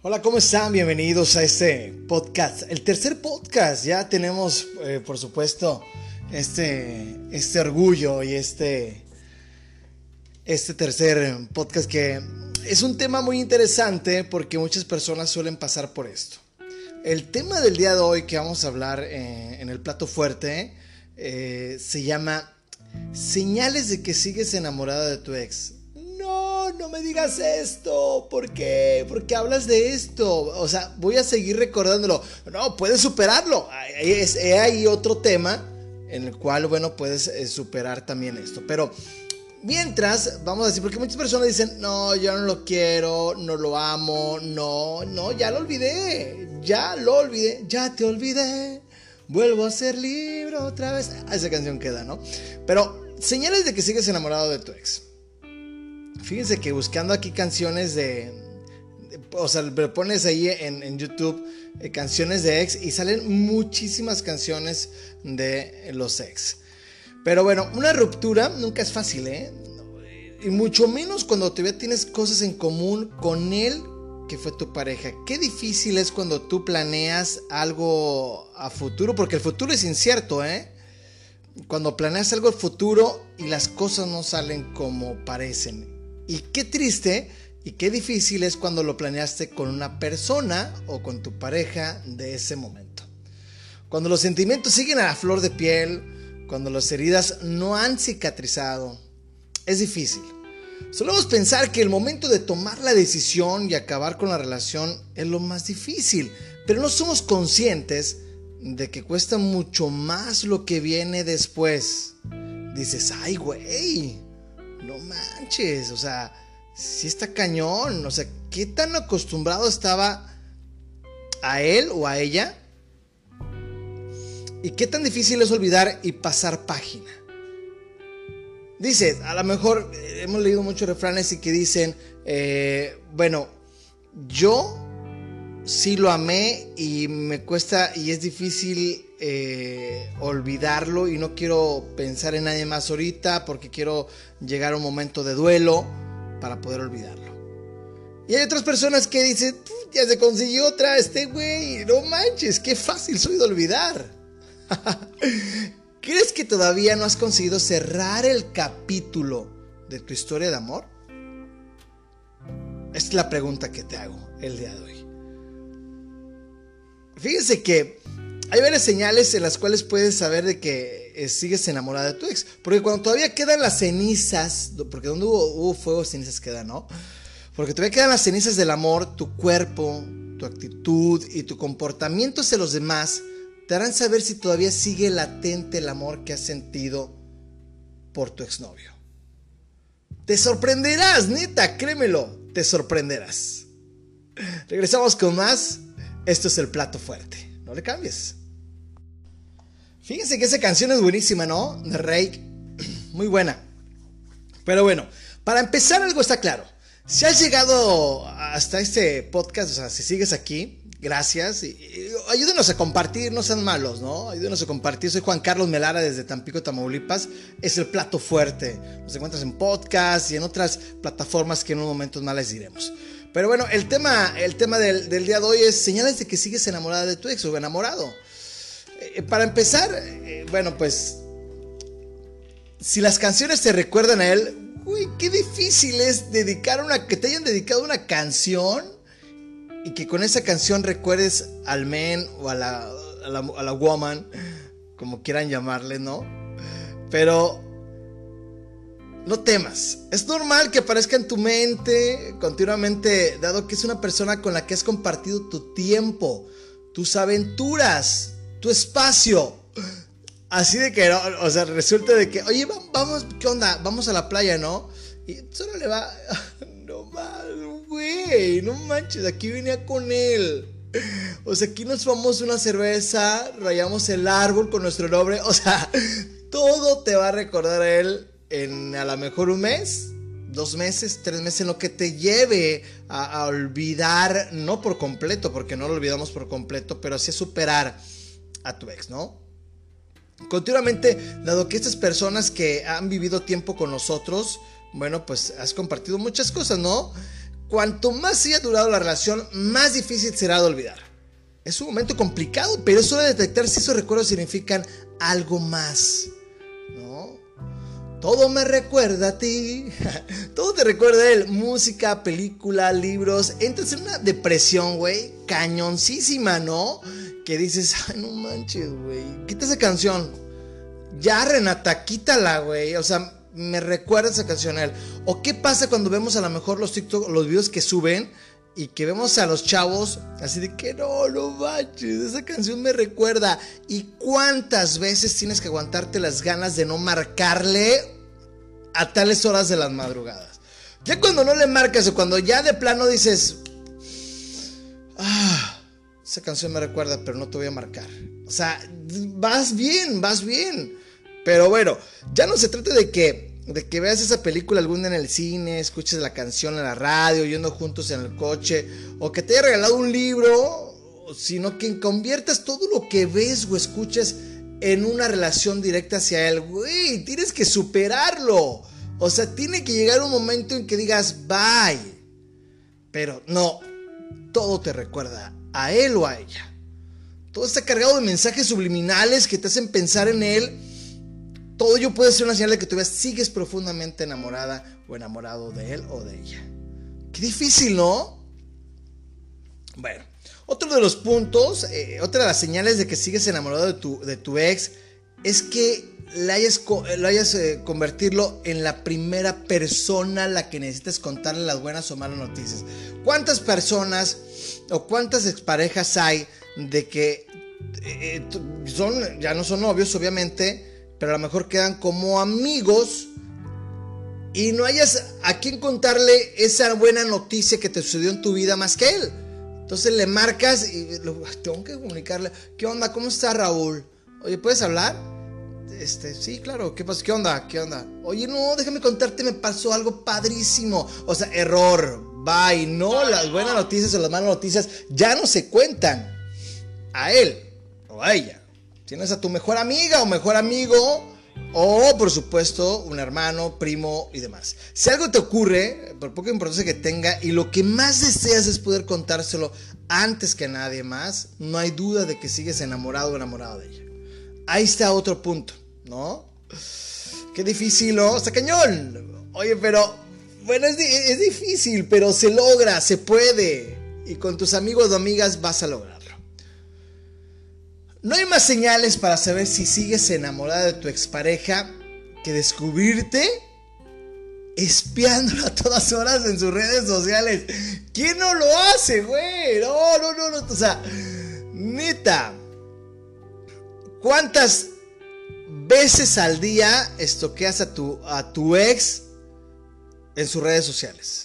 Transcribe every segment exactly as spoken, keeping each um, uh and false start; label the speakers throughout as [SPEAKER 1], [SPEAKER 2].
[SPEAKER 1] Hola, ¿cómo están? Bienvenidos a este podcast, el tercer podcast. Ya tenemos, eh, por supuesto, este, este orgullo y este, este tercer podcast que es un tema muy interesante porque muchas personas suelen pasar por esto. El tema del día de hoy que vamos a hablar eh, en el plato fuerte eh, se llama señales de que sigues enamorada de tu ex. No, no me digas esto. ¿Por qué? ¿Por qué hablas de esto? O sea, voy a seguir recordándolo. No, puedes superarlo. Hay, es, hay otro tema en el cual, bueno, puedes eh, superar también esto. Pero mientras, vamos a decir, porque muchas personas dicen, no, yo no lo quiero, no lo amo, no, no, ya lo olvidé, ya lo olvidé, ya te olvidé, vuelvo a ser libre otra vez. Esa canción queda, ¿no? Pero señales de que sigues enamorado de tu ex. Fíjense que buscando aquí canciones de, de o sea, le pones ahí en, en YouTube eh, canciones de ex y salen muchísimas canciones de los ex. Pero bueno, una ruptura nunca es fácil, ¿eh? Y mucho menos cuando todavía tienes cosas en común con él que fue tu pareja. Qué difícil es cuando tú planeas algo a futuro, porque el futuro es incierto, ¿eh? Cuando planeas algo a futuro y las cosas no salen como parecen. Y qué triste y qué difícil es cuando lo planeaste con una persona o con tu pareja de ese momento. Cuando los sentimientos siguen a la flor de piel, cuando las heridas no han cicatrizado, es difícil. Solemos pensar que el momento de tomar la decisión y acabar con la relación es lo más difícil, pero no somos conscientes de que cuesta mucho más lo que viene después. Dices, ay güey, no manches, o sea, sí está cañón, o sea, ¿qué tan acostumbrado estaba a él o a ella? ¿Y qué tan difícil es olvidar y pasar página? Dice, a lo mejor eh, hemos leído muchos refranes y que dicen, eh, bueno, yo sí lo amé y me cuesta y es difícil eh, olvidarlo y no quiero pensar en nadie más ahorita porque quiero llegar a un momento de duelo para poder olvidarlo. Y hay otras personas que dicen, ya se consiguió otra, este güey, no manches, qué fácil soy de olvidar. ¿Crees que todavía no has conseguido cerrar el capítulo de tu historia de amor? Esta es la pregunta que te hago el día de hoy. Fíjense que hay varias señales en las cuales puedes saber de que eh, sigues enamorada de tu ex. Porque cuando todavía quedan las cenizas, porque donde hubo, hubo fuego, cenizas quedan, ¿no? Porque todavía quedan las cenizas del amor, tu cuerpo, tu actitud y tu comportamiento hacia los demás te harán saber si todavía sigue latente el amor que has sentido por tu exnovio. Te sorprenderás, neta, créemelo, te sorprenderás. Regresamos con más. Esto es el plato fuerte. No le cambies. Fíjense que esa canción es buenísima, ¿no? De Rake. Muy buena. Pero bueno, para empezar algo está claro. Si has llegado hasta este podcast, o sea, si sigues aquí, gracias. Y, y, ayúdenos a compartir, no sean malos, ¿no? Ayúdenos a compartir. Soy Juan Carlos Melara desde Tampico, Tamaulipas. Es el plato fuerte. Nos encuentras en podcast y en otras plataformas que en un momento más les diremos. Pero bueno, el tema, el tema del, del día de hoy es señales de que sigues enamorada de tu ex o enamorado. Eh, para empezar, eh, bueno, pues, si las canciones te recuerdan a él, uy, qué difícil es dedicar una, que te hayan dedicado una canción y que con esa canción recuerdes al men o a la, a la, a la woman, como quieran llamarle, ¿no? Pero no temas, es normal que aparezca en tu mente continuamente, dado que es una persona con la que has compartido tu tiempo, tus aventuras, tu espacio. Así de que, o sea, resulta de que, oye, vamos, ¿qué onda? Vamos a la playa, ¿no? Y solo le va, no más, güey, no manches, aquí venía con él. O sea, aquí nos tomamos una cerveza, rayamos el árbol con nuestro nombre, o sea, todo te va a recordar a él. En a lo mejor un mes, dos meses, tres meses, en lo que te lleve a, a olvidar, no por completo, porque no lo olvidamos por completo, pero sí a superar a tu ex, ¿no? Continuamente, dado que estas personas que han vivido tiempo con nosotros, bueno, pues has compartido muchas cosas, ¿no? cuanto más haya durado la relación, más difícil será de olvidar. Es un momento complicado, pero es hora de detectar si esos recuerdos significan algo más, ¿no? Todo me recuerda a ti. Todo te recuerda a él. Música, película, libros. Entras en una depresión, güey, cañoncísima, ¿no? Que dices, ay, no manches, güey, quita esa canción. Ya, Renata, quítala, güey. O sea, me recuerda esa canción a él. O qué pasa cuando vemos a lo mejor los TikTok, los videos que suben y que vemos a los chavos así de que no, no manches, esa canción me recuerda. ¿Y cuántas veces tienes que aguantarte las ganas de no marcarle a tales horas de las madrugadas? Ya cuando no le marcas o cuando ya de plano dices, ah, esa canción me recuerda, pero no te voy a marcar. O sea, vas bien, vas bien. Pero bueno, ya no se trata de que de que veas esa película alguna en el cine, escuches la canción en la radio, yendo juntos en el coche, o que te haya regalado un libro, sino que conviertas todo lo que ves o escuches en una relación directa hacia él. Güey, tienes que superarlo. O sea, tiene que llegar un momento en que digas bye. Pero no, todo te recuerda a él o a ella. Todo está cargado de mensajes subliminales que te hacen pensar en él. Todo ello puede ser una señal de que todavía sigues profundamente enamorada o enamorado de él o de ella. Qué difícil, ¿no? Bueno, otro de los puntos, eh, otra de las señales de que sigues enamorado de tu, de tu ex es que le hayas, lo hayas eh, convertirlo en la primera persona a la que necesitas contarle las buenas o malas noticias. ¿Cuántas personas o cuántas exparejas hay de que eh, son, ya no son novios, obviamente, pero a lo mejor quedan como amigos y no hayas a quién contarle esa buena noticia que te sucedió en tu vida más que él? Entonces le marcas y lo, tengo que comunicarle. ¿Qué onda? ¿Cómo está, Raúl? Oye, ¿puedes hablar? Este, sí, claro. ¿Qué pasa? ¿Qué onda? ¿Qué onda? Oye, no, déjame contarte, me pasó algo padrísimo. O sea, error. Bye. No, las buenas noticias o las malas noticias ya no se cuentan a él o a ella. Tienes a tu mejor amiga o mejor amigo, o por supuesto un hermano, primo y demás. Si algo te ocurre, por poca importancia que tenga, y lo que más deseas es poder contárselo antes que nadie más, no hay duda de que sigues enamorado o enamorado de ella. Ahí está otro punto, ¿no? Qué difícil, ¿no? Está cañón. Oye, pero bueno, es, es difícil, pero se logra, se puede. Y con tus amigos o amigas vas a lograrlo. No hay más señales para saber si sigues enamorada de tu expareja que descubrirte espiándolo a todas horas en sus redes sociales. ¿Quién no lo hace, güey? No, no, no, no. O sea, neta, ¿cuántas veces al día estoqueas a tu, a tu ex en sus redes sociales?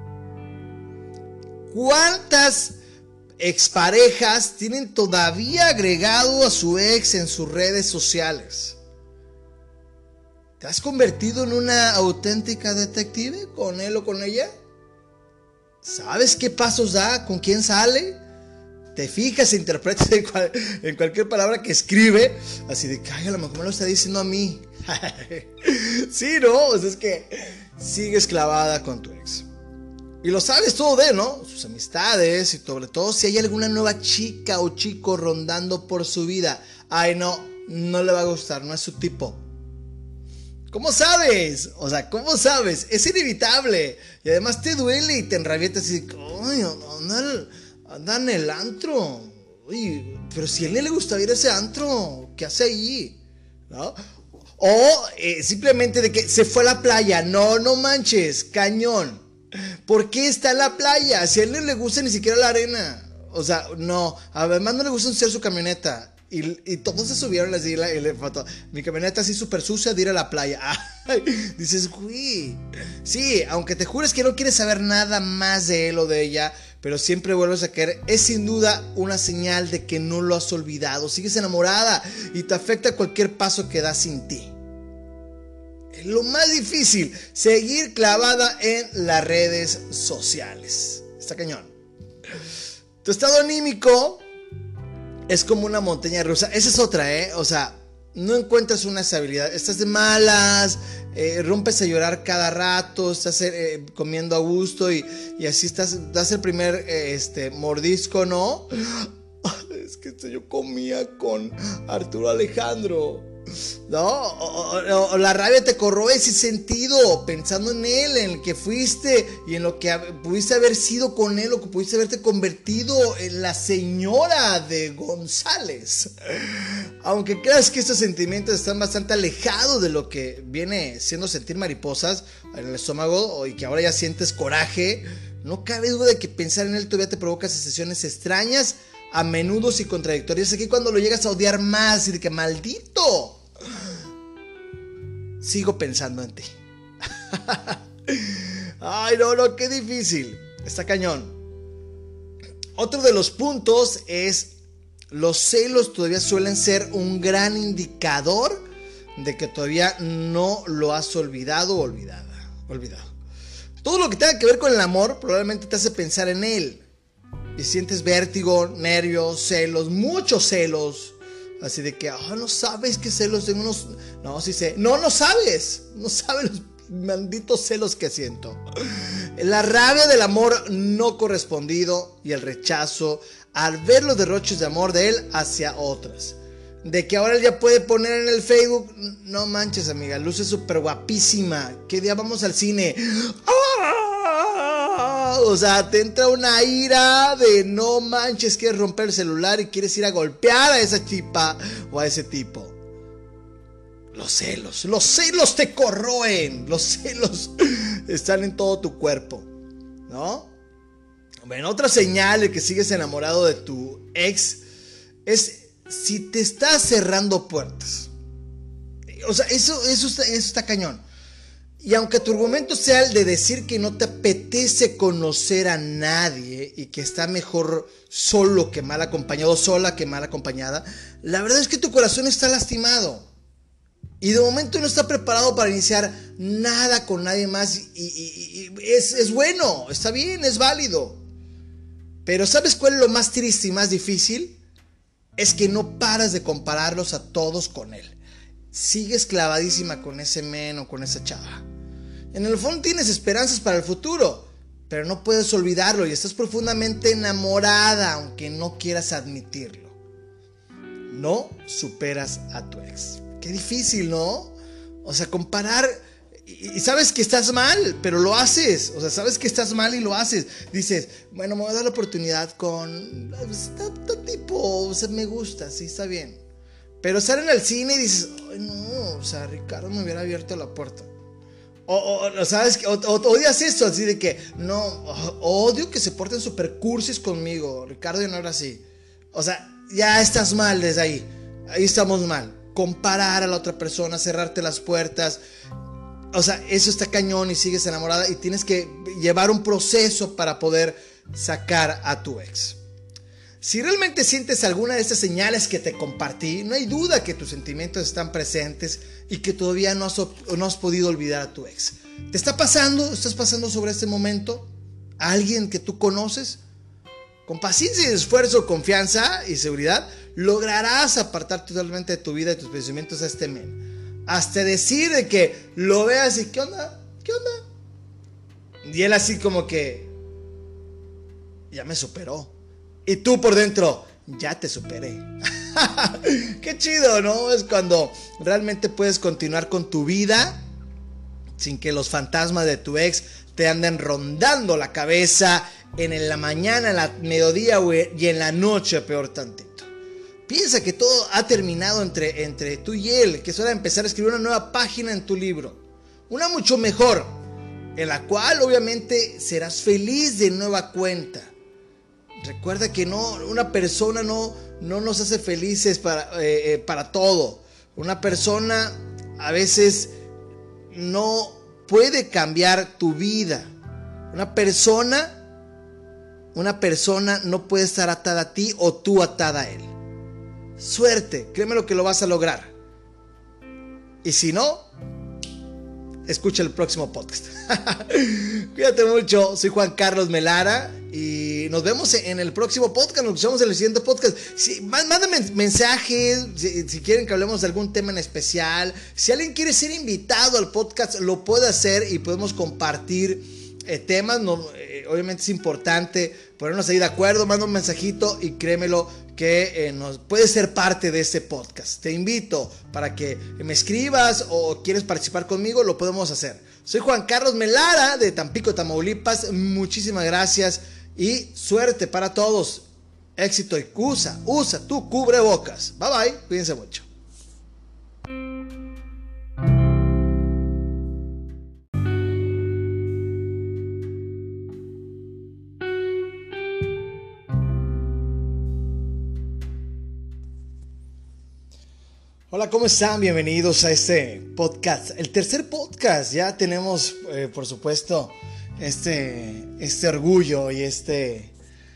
[SPEAKER 1] ¿Cuántas exparejas tienen todavía agregado a su ex en sus redes sociales? ¿Te has convertido en una auténtica detective con él o con ella? ¿Sabes qué pasos da? ¿Con quién sale? ¿Te fijas e interpretas en, cual, en cualquier palabra que escribe? Así de que, ay, a lo mejor me lo está diciendo a mí. Sí, ¿no? O sea, es que sigues clavada con tu ex. Y lo sabes todo de, ¿no? Sus amistades y sobre todo si hay alguna nueva chica o chico rondando por su vida. Ay, no, no le va a gustar, no es su tipo. ¿Cómo sabes? O sea, ¿cómo sabes? Es inevitable. Y además te duele y te enrabietas y dices, ay, anda, anda en el antro. Uy, pero si a él le gusta ir a ese antro, ¿qué hace ahí? ¿No? O eh, simplemente de que se fue a la playa. No, no manches, cañón. ¿Por qué está en la playa? Si a él no le gusta ni siquiera la arena. O sea, no. Además no le gusta ensuciar su camioneta. Y, y todos se subieron así la, y le foto. Mi camioneta así súper sucia de ir a la playa. Ay, dices, güey. Sí, aunque te jures que no quieres saber nada más de él o de ella, pero siempre vuelves a querer. Es sin duda una señal de que no lo has olvidado. Sigues enamorada y te afecta cualquier paso que das sin ti. Es lo más difícil, seguir clavada en las redes sociales. Está cañón. Tu estado anímico es como una montaña rusa. Esa es otra, ¿eh? O sea, no encuentras una estabilidad, estás de malas, eh, rompes a llorar cada rato, estás eh, comiendo a gusto y, y así estás, das el primer eh, este, mordisco, ¿no? Es que yo comía con Arturo Alejandro, ¿no? O, o, o la rabia te corroe ese sentido, pensando en él, en el que fuiste y en lo que pudiste haber sido con él, o que pudiste haberte convertido en la señora de González. Aunque creas que estos sentimientos están bastante alejados de lo que viene siendo sentir mariposas en el estómago, y que ahora ya sientes coraje, no cabe duda de que pensar en él todavía te provoca sensaciones extrañas, a menudo y contradictorias. Aquí cuando lo llegas a odiar más y de que maldito, sigo pensando en ti. Ay, no, no, qué difícil. Está cañón. Otro de los puntos es: los celos todavía suelen ser un gran indicador de que todavía no lo has olvidado o olvidada, olvidado. Todo lo que tenga que ver con el amor probablemente te hace pensar en él. Y sientes vértigo, nervios, celos, muchos celos. Así de que, oh, no sabes qué celos tengo unos... No, sí sé. No, no sabes. No sabes los malditos celos que siento. La rabia del amor no correspondido y el rechazo al ver los derroches de amor de él hacia otras. De que ahora él ya puede poner en el Facebook: no manches, amiga, luces súper guapísima, ¿qué día vamos al cine? ¡Ah! O sea, te entra una ira de no manches, quieres romper el celular y quieres ir a golpear a esa chipa o a ese tipo. Los celos, los celos te corroen, los celos están en todo tu cuerpo, ¿no? Bueno, otra señal de que sigues enamorado de tu ex es si te estás cerrando puertas. O sea, eso, eso, está, eso está cañón. Y aunque tu argumento sea el de decir que no te apetece conocer a nadie y que está mejor solo que mal acompañado, sola que mal acompañada, la verdad es que tu corazón está lastimado. Y de momento no está preparado para iniciar nada con nadie más. Y, y, y es, es bueno, está bien, es válido. Pero ¿sabes cuál es lo más triste y más difícil? Es que no paras de compararlos a todos con él. Sigues clavadísima con ese men o con esa chava. En el fondo tienes esperanzas para el futuro, pero no puedes olvidarlo y estás profundamente enamorada, aunque no quieras admitirlo. No superas a tu ex. Qué difícil, ¿no? O sea, comparar... Y sabes que estás mal, pero lo haces. O sea, sabes que estás mal y lo haces. Dices, bueno, me voy a dar la oportunidad con... Este tipo, o sea, me gusta, sí, está bien. Pero salen al cine y dices, ay, no, o sea, Ricardo me hubiera abierto la puerta. O, o, o sabes, o, o, odias eso, así de que, no, odio que se porten super cursis conmigo. Ricardo ya no era así. O sea, ya estás mal desde ahí. Ahí estamos mal. Comparar a la otra persona, cerrarte las puertas. O sea, eso está cañón y sigues enamorada y tienes que llevar un proceso para poder sacar a tu ex. Si realmente sientes alguna de estas señales que te compartí, no hay duda que tus sentimientos están presentes y que todavía no has, no has podido olvidar a tu ex. ¿Te está pasando? ¿Estás pasando sobre este momento? ¿A alguien que tú conoces? Con paciencia y esfuerzo, confianza y seguridad, lograrás apartar totalmente de tu vida y tus pensamientos a este men. Hasta decir de que lo veas y ¿qué onda? ¿Qué onda? Y él así como que ya me superó. Y tú por dentro, ya te superé. Qué chido, ¿no? Es cuando realmente puedes continuar con tu vida sin que los fantasmas de tu ex te anden rondando la cabeza en la mañana, en la mediodía y en la noche, peor tantito. Piensa que todo ha terminado entre, entre tú y él, que es hora de empezar a escribir una nueva página en tu libro. Una mucho mejor, en la cual obviamente serás feliz de nueva cuenta. Recuerda que no, una persona no, no nos hace felices para, eh, para todo. Una persona a veces no puede cambiar tu vida. Una persona, una persona no puede estar atada a ti o tú atada a él. Suerte, créeme lo que lo vas a lograr. Y si no, escucha el próximo podcast. Cuídate mucho, soy Juan Carlos Melara y y nos vemos en el próximo podcast, nos vemos en el siguiente podcast. Si, mándenme mensajes, si, si quieren que hablemos de algún tema en especial. Si alguien quiere ser invitado al podcast, lo puede hacer y podemos compartir eh, temas. No, eh, obviamente es importante ponernos ahí de acuerdo, manda un mensajito y créemelo que eh, nos puedes ser parte de este podcast. Te invito para que me escribas o quieres participar conmigo, lo podemos hacer. Soy Juan Carlos Melara de Tampico, Tamaulipas. Muchísimas gracias y suerte para todos. Éxito y usa, usa tu cubrebocas. Bye bye, cuídense mucho. Hola, ¿cómo están? Bienvenidos a este podcast, el tercer podcast. Ya tenemos, eh, por supuesto, este, este orgullo y este,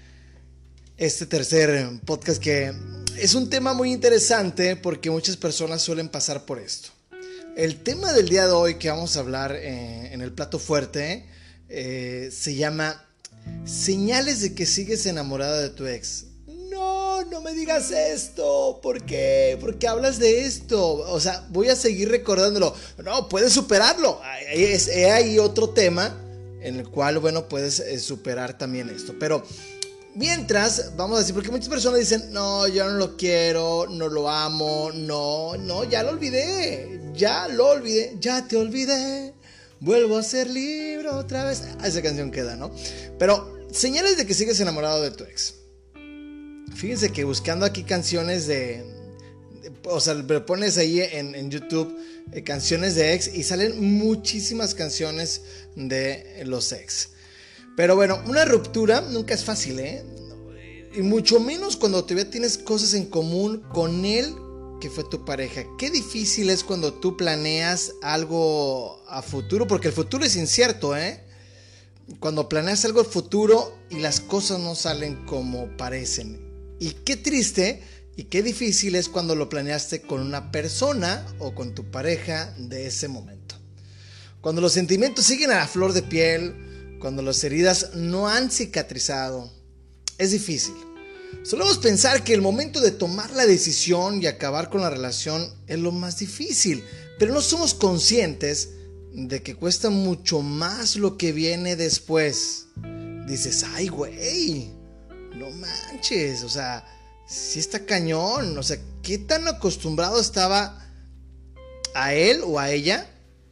[SPEAKER 1] este tercer podcast que es un tema muy interesante porque muchas personas suelen pasar por esto. El tema del día de hoy que vamos a hablar eh, en el plato fuerte eh, se llama señales de que sigues enamorada de tu ex. No, no me digas esto. ¿Por qué? ¿Por qué hablas de esto? O sea, voy a seguir recordándolo. No, puedes superarlo. Hay, hay otro tema en el cual, bueno, puedes superar también esto. Pero mientras, vamos a decir, porque muchas personas dicen, no, yo no lo quiero, no lo amo, no, no, ya lo olvidé. Ya lo olvidé, ya te olvidé. Vuelvo a ser libre otra vez. Ah, esa canción queda, ¿no? Pero señales de que sigues enamorado de tu ex. Fíjense que buscando aquí canciones de, de o sea, le pones ahí en, en YouTube eh, canciones de ex y salen muchísimas canciones de los ex. Pero bueno, una ruptura nunca es fácil, ¿eh? Y mucho menos cuando todavía tienes cosas en común con él que fue tu pareja. Qué difícil es cuando tú planeas algo a futuro, porque el futuro es incierto, ¿eh? Cuando planeas algo a futuro y las cosas no salen como parecen. Y qué triste y qué difícil es cuando lo planeaste con una persona o con tu pareja de ese momento. Cuando los sentimientos siguen a la flor de piel, cuando las heridas no han cicatrizado, es difícil. Solemos pensar que el momento de tomar la decisión y acabar con la relación es lo más difícil, pero no somos conscientes de que cuesta mucho más lo que viene después. Dices, ay güey, no manches, o sea, sí está cañón, o sea, ¿qué tan acostumbrado estaba a él o a ella?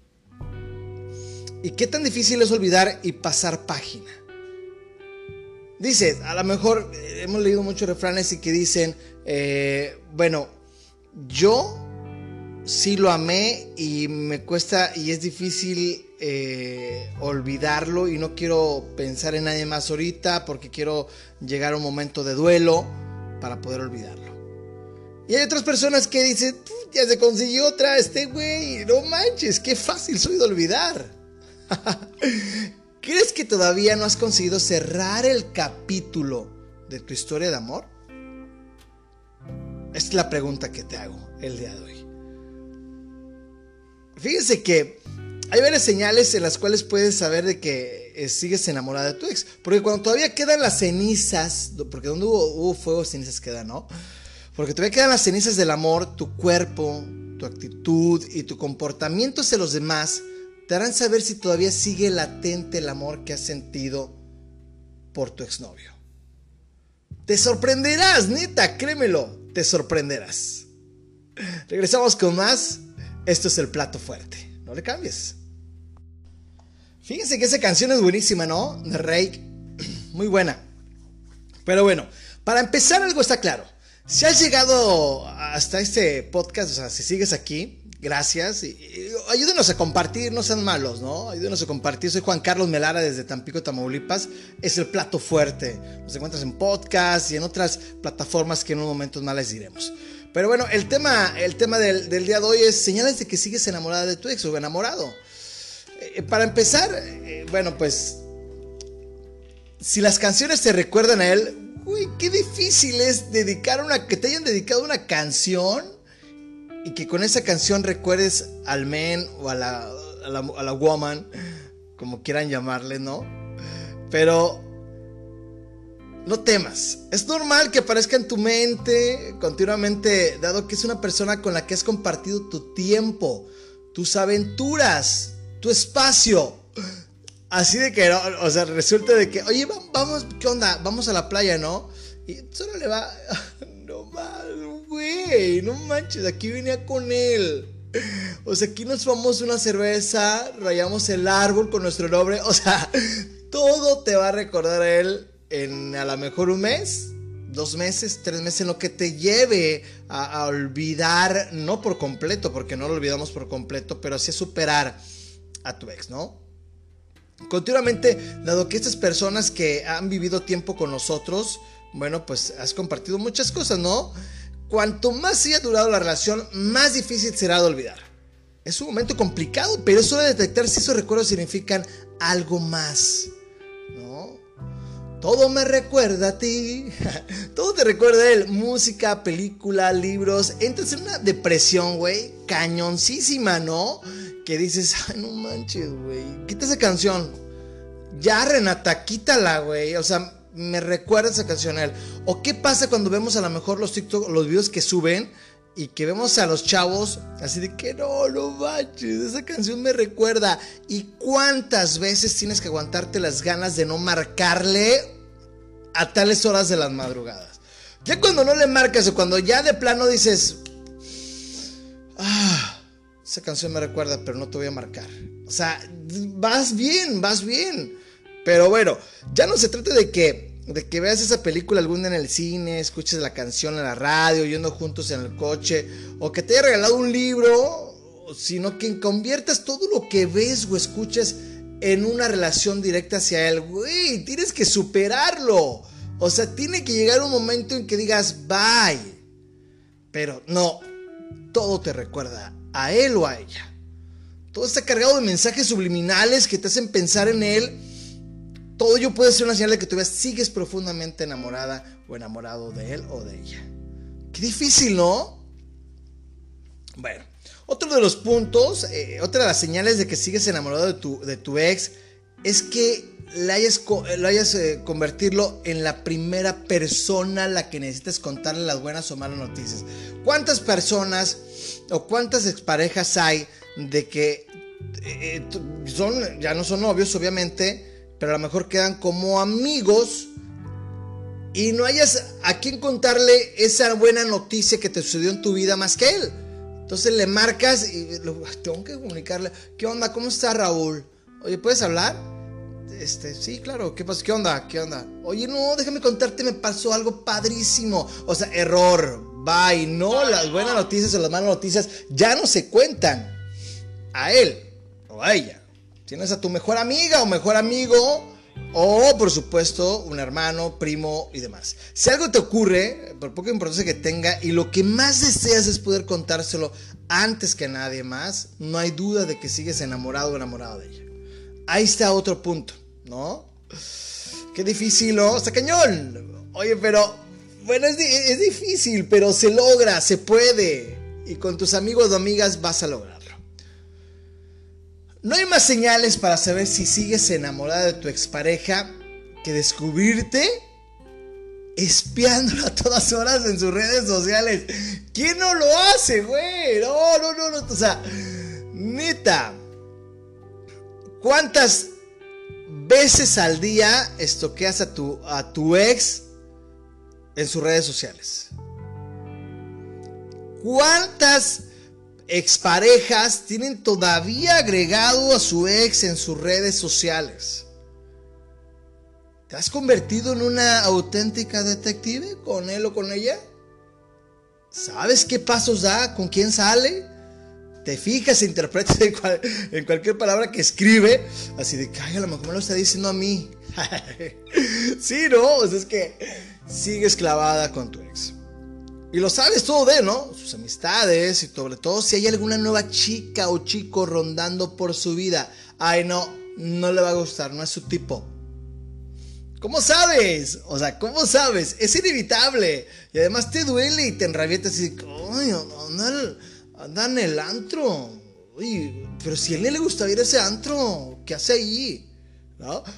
[SPEAKER 1] ¿Y qué tan difícil es olvidar y pasar página? Dice, a lo mejor eh, hemos leído muchos refranes y que dicen, eh, bueno, yo sí lo amé y me cuesta y es difícil eh, olvidarlo y no quiero pensar en nadie más ahorita porque quiero llegar a un momento de duelo para poder olvidarlo. Y hay otras personas que dicen, ya se consiguió otra este güey, no manches, qué fácil soy de olvidar. ¿Crees que todavía no has conseguido cerrar el capítulo de tu historia de amor? Esta es la pregunta que te hago el día de hoy. Fíjense que hay varias señales en las cuales puedes saber de que eh, sigues enamorada de tu ex. Porque cuando todavía quedan las cenizas, porque donde hubo, hubo fuego, cenizas quedan, ¿no? Porque todavía quedan las cenizas del amor, tu cuerpo, tu actitud y tu comportamiento hacia los demás te harán saber si todavía sigue latente el amor que has sentido por tu exnovio. Te sorprenderás, neta, créemelo, te sorprenderás. Regresamos con más. Esto es el plato fuerte. No le cambies. Fíjense que esa canción es buenísima, ¿no? De Rake. Muy buena. Pero bueno, para empezar algo está claro. Si has llegado hasta este podcast, o sea, si sigues aquí, gracias. Y, y, ayúdenos a compartir, no sean malos, ¿no? Ayúdenos a compartir. Soy Juan Carlos Melara desde Tampico, Tamaulipas. Es el plato fuerte. Nos encuentras en podcast y en otras plataformas que en unos momentos más les diremos. Pero bueno, el tema, el tema del, del día de hoy es señales de que sigues enamorada de tu ex o enamorado. Eh, para empezar, eh, bueno, pues, si las canciones te recuerdan a él, uy, qué difícil es dedicar una, que te hayan dedicado una canción y que con esa canción recuerdes al men o a la, a la, a la woman, como quieran llamarle, ¿no? Pero no temas. Es normal que aparezca en tu mente continuamente, dado que es una persona con la que has compartido tu tiempo, tus aventuras, tu espacio. Así de que, no, o sea, resulta de que, oye, vamos, ¿qué onda? Vamos a la playa, ¿no? Y solo le va, no más, güey, no manches, aquí venía con él. O sea, aquí nos tomamos una cerveza, rayamos el árbol con nuestro nombre. O sea, todo te va a recordar a él en a lo mejor un mes, dos meses, tres meses, en lo que te lleve a, a olvidar, no por completo, porque no lo olvidamos por completo, pero sí a superar a tu ex, ¿no? Continuamente, dado que estas personas que han vivido tiempo con nosotros, bueno, pues has compartido muchas cosas, ¿no? Cuanto más haya durado la relación, más difícil será de olvidar. Es un momento complicado, pero es hora de detectar si esos recuerdos significan algo más, ¿no? Todo me recuerda a ti. Todo te recuerda a él. Música, película, libros. Entras en una depresión, güey, cañoncísima, ¿no? Que dices, ay, no manches, güey, quita esa canción. Ya, Renata, quítala, güey. O sea, me recuerda esa canción a él. O qué pasa cuando vemos a lo mejor los TikTok, los videos que suben, y que vemos a los chavos así de que no, no manches, esa canción me recuerda. Y cuántas veces tienes que aguantarte las ganas de no marcarle a tales horas de las madrugadas. Ya cuando no le marcas, o cuando ya de plano dices, ah, esa canción me recuerda, pero no te voy a marcar. O sea, vas bien, vas bien. Pero bueno, ya no se trata de que, de que veas esa película algún día en el cine, escuches la canción en la radio, yendo juntos en el coche, o que te haya regalado un libro, sino que conviertas todo lo que ves o escuches en una relación directa hacia él. Güey, tienes que superarlo. O sea, tiene que llegar un momento en que digas bye. Pero no, todo te recuerda a él o a ella. Todo está cargado de mensajes subliminales que te hacen pensar en él. Todo ello puede ser una señal de que todavía sigues profundamente enamorada o enamorado de él o de ella. Qué difícil, ¿no? Bueno, otro de los puntos, eh, otra de las señales de que sigues enamorado de tu, de tu ex es que le hayas, lo hayas eh, convertirlo en la primera persona a la que necesitas contarle las buenas o malas noticias. ¿Cuántas personas o cuántas exparejas hay de que eh, son, ya no son novios, obviamente, pero a lo mejor quedan como amigos y no hayas a quién contarle esa buena noticia que te sucedió en tu vida más que él? Entonces le marcas y lo, tengo que comunicarle, ¿qué onda? ¿Cómo está Raúl? Oye, ¿puedes hablar? Este, sí, claro, ¿qué pasa? ¿Qué onda? ¿Qué onda? Oye, no, déjame contarte, me pasó algo padrísimo. O sea, error, bye, no, las buenas noticias o las malas noticias ya no se cuentan a él o a ella. Tienes a tu mejor amiga o mejor amigo, o por supuesto un hermano, primo y demás. Si algo te ocurre, por poca importancia que tenga, y lo que más deseas es poder contárselo antes que nadie más, no hay duda de que sigues enamorado o enamorado de ella. Ahí está otro punto, ¿no? Qué difícil, ¿no? Está cañón. Oye, pero bueno, es, es difícil, pero se logra, se puede. Y con tus amigos o amigas vas a lograrlo. No hay más señales para saber si sigues enamorada de tu expareja que descubrirte espiándolo a todas horas en sus redes sociales. ¿Quién no lo hace, güey? No, no, no, no. O sea, neta, ¿cuántas veces al día estoqueas a tu, a tu ex en sus redes sociales? ¿Cuántas exparejas tienen todavía agregado a su ex en sus redes sociales? ¿Te has convertido en una auténtica detective con él o con ella? ¿Sabes qué pasos da? ¿Con quién sale? ¿Te fijas e interpretas en, cual, en cualquier palabra que escribe? Así de que, ay, a lo mejor me lo está diciendo a mí. Sí, ¿no? O sea, es que sigues clavada con tu ex. Y lo sabes todo de, ¿no? Sus amistades y sobre todo si hay alguna nueva chica o chico rondando por su vida. Ay, no, no le va a gustar, no es su tipo. ¿Cómo sabes? O sea, ¿cómo sabes? Es inevitable. Y además te duele y te enrabietas así. Ay, anda, anda en el antro. Uy, pero si a él le gusta ir a ese antro, ¿qué hace ahí? ¿No?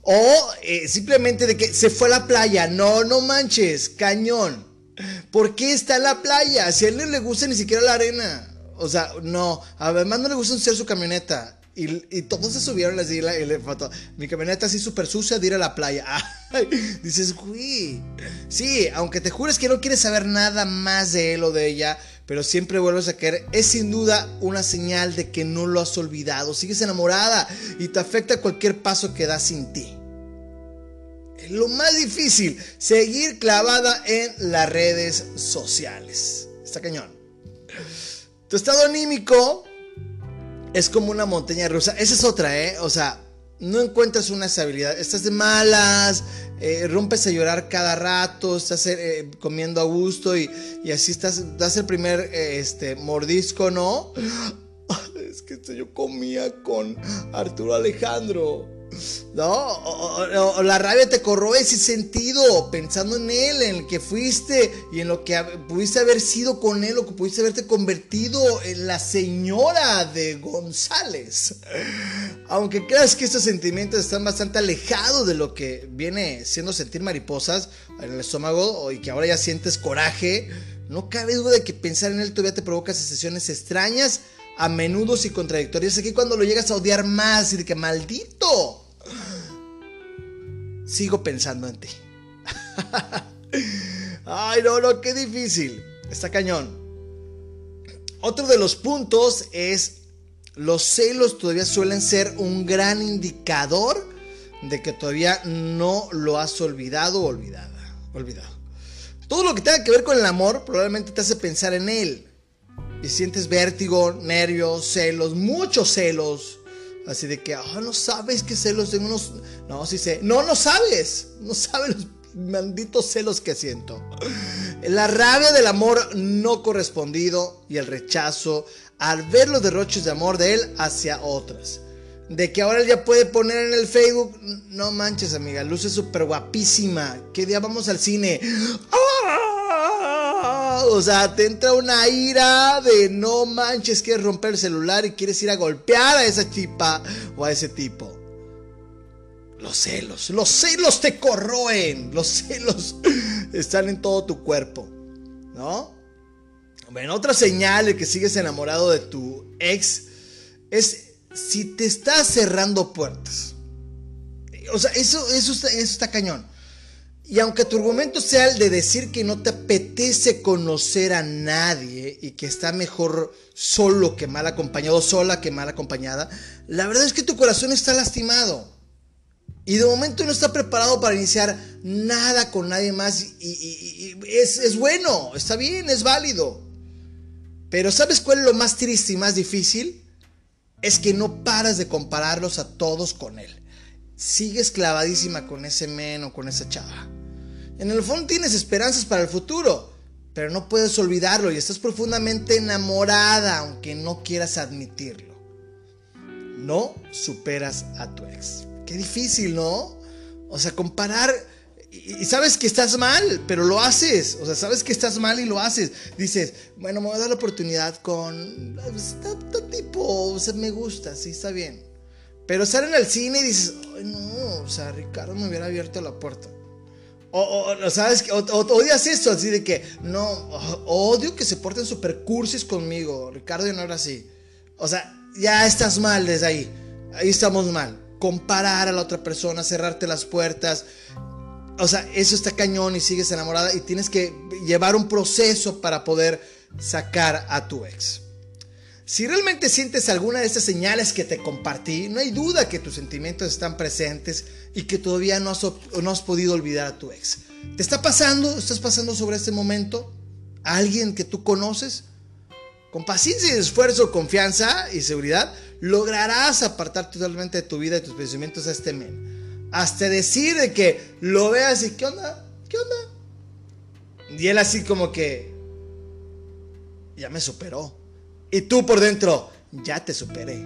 [SPEAKER 1] O eh, simplemente de que se fue a la playa. No, no manches, cañón. ¿Por qué está en la playa? Si a él no le gusta ni siquiera la arena. O sea, no. Además no le gusta ensuciar su camioneta. Y, y todos se subieron así y le foto. Mi camioneta así súper sucia de ir a la playa. Ay, dices, güey. Sí, aunque te jures que no quieres saber nada más de él o de ella, pero siempre vuelves a querer. Es sin duda una señal de que no lo has olvidado. Sigues enamorada y te afecta cualquier paso que das sin ti. Es lo más difícil, seguir clavada en las redes sociales. Está cañón. Tu estado anímico es como una montaña rusa. Esa es otra, ¿eh? O sea, no encuentras una estabilidad. Estás de malas, eh, rompes a llorar cada rato, estás eh, comiendo a gusto y, y así estás, das el primer eh, este, mordisco, ¿no? Es que yo comía con Arturo Alejandro. No, o, o, o la rabia te corroe ese sentido, pensando en él, en el que fuiste y en lo que pudiste haber sido con él, o que pudiste haberte convertido en la señora de González. Aunque creas que estos sentimientos están bastante alejados de lo que viene siendo sentir mariposas en el estómago y que ahora ya sientes coraje, no cabe duda de que pensar en él todavía te provoca sensaciones extrañas, a menudo y contradictorias. Aquí cuando lo llegas a odiar más y de que maldito, sigo pensando en ti. Ay, no, no, qué difícil. Está cañón. Otro de los puntos es: los celos todavía suelen ser un gran indicador de que todavía no lo has olvidado o olvidada. Olvidado. Todo lo que tenga que ver con el amor probablemente te hace pensar en él. Y sientes vértigo, nervios, celos, muchos celos. Así de que, oh, no sabes qué celos tengo unos... No, sí sé. No, no sabes. No sabes los malditos celos que siento. La rabia del amor no correspondido y el rechazo al ver los derroches de amor de él hacia otras. De que ahora él ya puede poner en el Facebook: no manches, amiga, luce súper guapísima. ¿Qué día vamos al cine? ¡Ah! O sea, te entra una ira de no manches, quieres romper el celular y quieres ir a golpear a esa chipa o a ese tipo. Los celos, los celos te corroen. Los celos están en todo tu cuerpo, ¿no? Bueno, otra señal de que sigues enamorado de tu ex es si te estás cerrando puertas. O sea, eso, eso, está, eso está cañón. Y aunque tu argumento sea el de decir que no te apetece conocer a nadie y que está mejor solo que mal acompañado, sola que mal acompañada, la verdad es que tu corazón está lastimado. Y de momento no está preparado para iniciar nada con nadie más. Y, y, y es, es bueno, está bien, es válido. Pero ¿sabes cuál es lo más triste y más difícil? Es que no paras de compararlos a todos con él. Sigues clavadísima con ese men o con esa chava. En el fondo tienes esperanzas para el futuro, pero no puedes olvidarlo y estás profundamente enamorada, aunque no quieras admitirlo. No superas a tu ex. Qué difícil, ¿no? O sea, comparar... Y sabes que estás mal, pero lo haces. O sea, sabes que estás mal y lo haces. Dices, bueno, me voy a dar la oportunidad con... Este tipo, o sea, me gusta, sí, está bien. Pero salen al cine y dices, ay, no, o sea, Ricardo me hubiera abierto la puerta. O, o, o sabes, o, o, odias esto, así de que, no, odio que se porten super cursis conmigo. Ricardo no era así. O sea, ya estás mal desde ahí. Ahí estamos mal. Comparar a la otra persona, cerrarte las puertas. O sea, eso está cañón y sigues enamorada y tienes que llevar un proceso para poder sacar a tu ex. Si realmente sientes alguna de estas señales que te compartí, no hay duda que tus sentimientos están presentes y que todavía no has, no has podido olvidar a tu ex. ¿Te está pasando? ¿Estás pasando sobre este momento? ¿A alguien que tú conoces? Con paciencia y esfuerzo, confianza y seguridad, lograrás apartar totalmente de tu vida y tus pensamientos a este men. Hasta decir de que lo veas y ¿qué onda? ¿Qué onda? Y él así como que ya me superó. Y tú por dentro, ya te superé.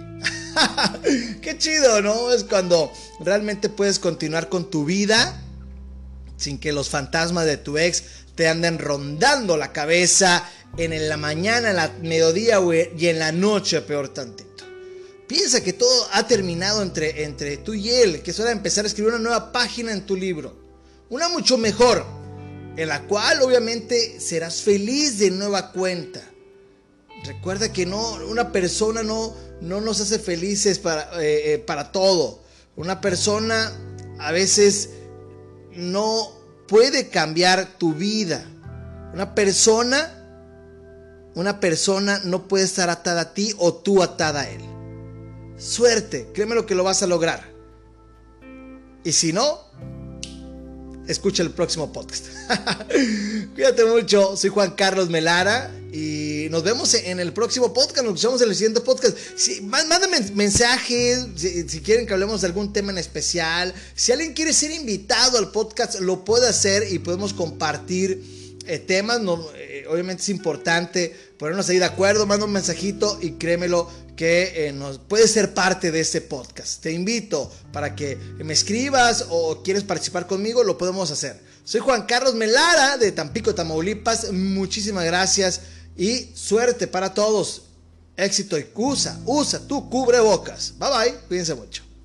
[SPEAKER 1] Qué chido, ¿no? Es cuando realmente puedes continuar con tu vida sin que los fantasmas de tu ex te anden rondando la cabeza en la mañana, en la mediodía y en la noche, peor tantito. Piensa que todo ha terminado entre, entre tú y él, que es hora de empezar a escribir una nueva página en tu libro. Una mucho mejor, en la cual obviamente serás feliz de nueva cuenta. Recuerda que no, una persona no, no nos hace felices para, eh, eh, para todo. Una persona a veces no puede cambiar tu vida. Una persona, una persona no puede estar atada a ti o tú atada a él. Suerte, créeme lo que lo vas a lograr. Y si no, escucha el próximo podcast. Cuídate mucho, soy Juan Carlos Melara y nos vemos en el próximo podcast, nos escuchamos en el siguiente podcast. Si, mándenme mensajes, si, si quieren que hablemos de algún tema en especial. Si alguien quiere ser invitado al podcast, lo puede hacer y podemos compartir eh, temas. No, eh, obviamente es importante ponernos ahí de acuerdo, manda un mensajito y créemelo que eh, nos puedes ser parte de este podcast. Te invito para que me escribas o quieres participar conmigo, lo podemos hacer. Soy Juan Carlos Melara de Tampico, Tamaulipas. Muchísimas gracias y suerte para todos. Éxito y usa, usa tu cubrebocas. Bye bye, cuídense mucho.